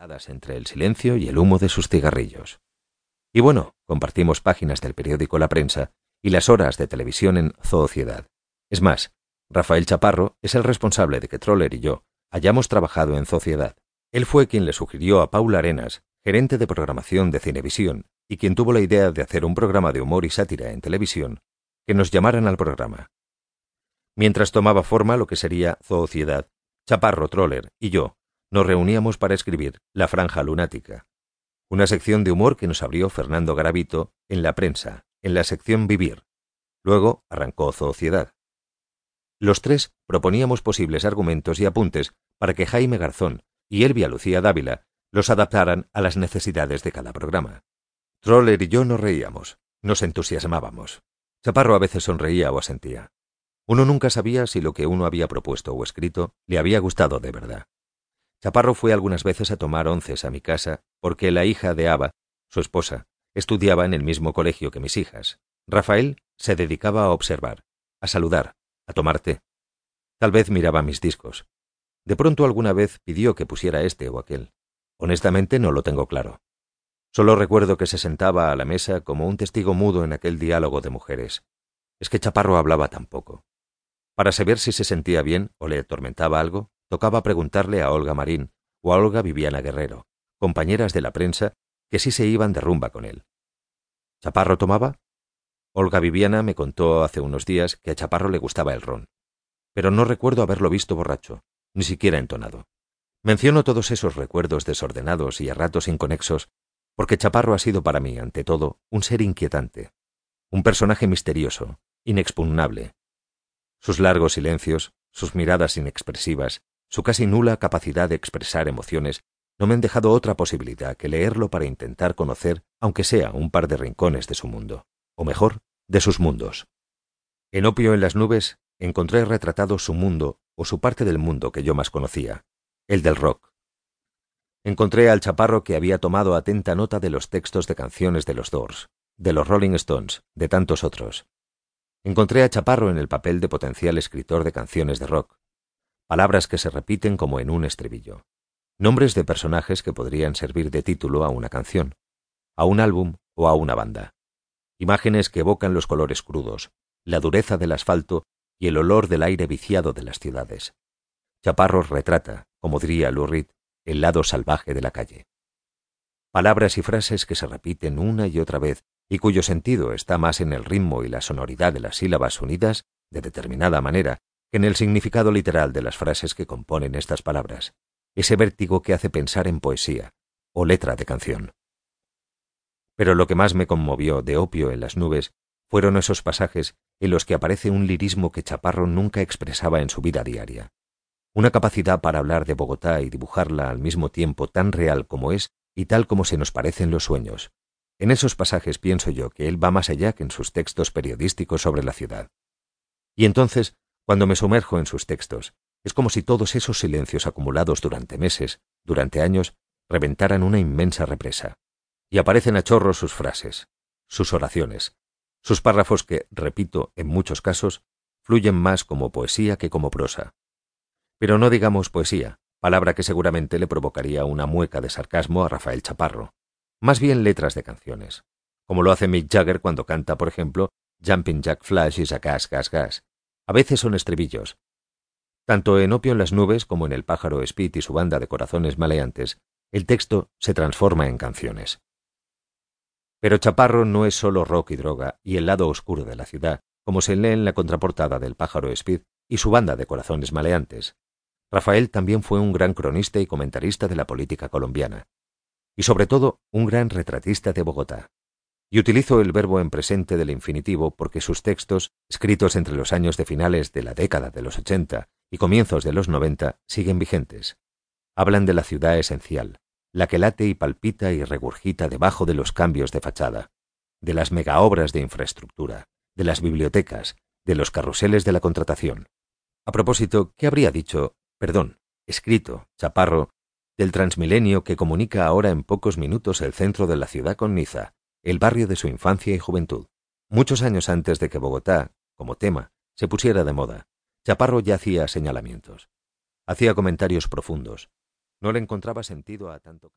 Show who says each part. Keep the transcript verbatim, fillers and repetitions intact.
Speaker 1: enredadas entre el silencio y el humo de sus cigarrillos. Y bueno, compartimos páginas del periódico La Prensa y las horas de televisión en Zoociedad. Es más, Rafael Chaparro es el responsable de que Troller y yo hayamos trabajado en Zoociedad. Él fue quien le sugirió a Paula Arenas, gerente de programación de Cinevisión, y quien tuvo la idea de hacer un programa de humor y sátira en televisión, que nos llamaran al programa. Mientras tomaba forma lo que sería Zoociedad, Chaparro, Troller y yo nos reuníamos para escribir La Franja Lunática, una sección de humor que nos abrió Fernando Garavito en La Prensa, en la sección Vivir. Luego arrancó Zoociedad. Los tres proponíamos posibles argumentos y apuntes para que Jaime Garzón y Elvia Lucía Dávila los adaptaran a las necesidades de cada programa. Troller y yo nos reíamos, nos entusiasmábamos. Chaparro a veces sonreía o asentía. Uno nunca sabía si lo que uno había propuesto o escrito le había gustado de verdad. Chaparro fue algunas veces a tomar onces a mi casa porque la hija de Ava, su esposa, estudiaba en el mismo colegio que mis hijas. Rafael se dedicaba a observar, a saludar, a tomar té. Tal vez miraba mis discos. De pronto alguna vez pidió que pusiera este o aquel. Honestamente no lo tengo claro. Solo recuerdo que se sentaba a la mesa como un testigo mudo en aquel diálogo de mujeres. Es que Chaparro hablaba tan poco. Para saber si se sentía bien o le atormentaba algo, tocaba preguntarle a Olga Marín o a Olga Viviana Guerrero, compañeras de La Prensa, que sí se iban de rumba con él. ¿Chaparro tomaba? Olga Viviana me contó hace unos días que a Chaparro le gustaba el ron, pero no recuerdo haberlo visto borracho, ni siquiera entonado. Menciono todos esos recuerdos desordenados y a ratos inconexos porque Chaparro ha sido para mí, ante todo, un ser inquietante, un personaje misterioso, inexpugnable. Sus largos silencios, sus miradas inexpresivas, su casi nula capacidad de expresar emociones no me han dejado otra posibilidad que leerlo para intentar conocer, aunque sea un par de rincones de su mundo, o mejor, de sus mundos. En Opio en las nubes encontré retratado su mundo o su parte del mundo que yo más conocía, el del rock. Encontré al Chaparro que había tomado atenta nota de los textos de canciones de los Doors, de los Rolling Stones, de tantos otros. Encontré a Chaparro en el papel de potencial escritor de canciones de rock, palabras que se repiten como en un estribillo, nombres de personajes que podrían servir de título a una canción, a un álbum o a una banda, imágenes que evocan los colores crudos, la dureza del asfalto y el olor del aire viciado de las ciudades. Chaparro retrata, como diría Lou Reed, el lado salvaje de la calle. Palabras y frases que se repiten una y otra vez y cuyo sentido está más en el ritmo y la sonoridad de las sílabas unidas de determinada manera que en el significado literal de las frases que componen estas palabras, ese vértigo que hace pensar en poesía o letra de canción. Pero lo que más me conmovió de Opio en las nubes fueron esos pasajes en los que aparece un lirismo que Chaparro nunca expresaba en su vida diaria, una capacidad para hablar de Bogotá y dibujarla al mismo tiempo tan real como es y tal como se nos parece en los sueños. En esos pasajes pienso yo que él va más allá que en sus textos periodísticos sobre la ciudad. Y entonces, cuando me sumerjo en sus textos, es como si todos esos silencios acumulados durante meses, durante años, reventaran una inmensa represa. Y aparecen a chorro sus frases, sus oraciones, sus párrafos que, repito, en muchos casos, fluyen más como poesía que como prosa. Pero no digamos poesía, palabra que seguramente le provocaría una mueca de sarcasmo a Rafael Chaparro. Más bien letras de canciones, como lo hace Mick Jagger cuando canta, por ejemplo, Jumping Jack Flash is a gas, gas, gas. A veces son estribillos. Tanto en Opio en las nubes como en El pájaro Speed y su banda de corazones maleantes, el texto se transforma en canciones. Pero Chaparro no es solo rock y droga y el lado oscuro de la ciudad, como se lee en la contraportada del pájaro Speed y su banda de corazones maleantes. Rafael también fue un gran cronista y comentarista de la política colombiana. Y sobre todo, un gran retratista de Bogotá. Y utilizo el verbo en presente del infinitivo porque sus textos, escritos entre los años de finales de la década de los ochenta y comienzos de los noventa, siguen vigentes. Hablan de la ciudad esencial, la que late y palpita y regurgita debajo de los cambios de fachada, de las megaobras de infraestructura, de las bibliotecas, de los carruseles de la contratación. A propósito, ¿qué habría dicho, perdón, escrito, Chaparro, del Transmilenio que comunica ahora en pocos minutos el centro de la ciudad con Niza, el barrio de su infancia y juventud? Muchos años antes de que Bogotá, como tema, se pusiera de moda, Chaparro ya hacía señalamientos. Hacía comentarios profundos. No le encontraba sentido a tanto...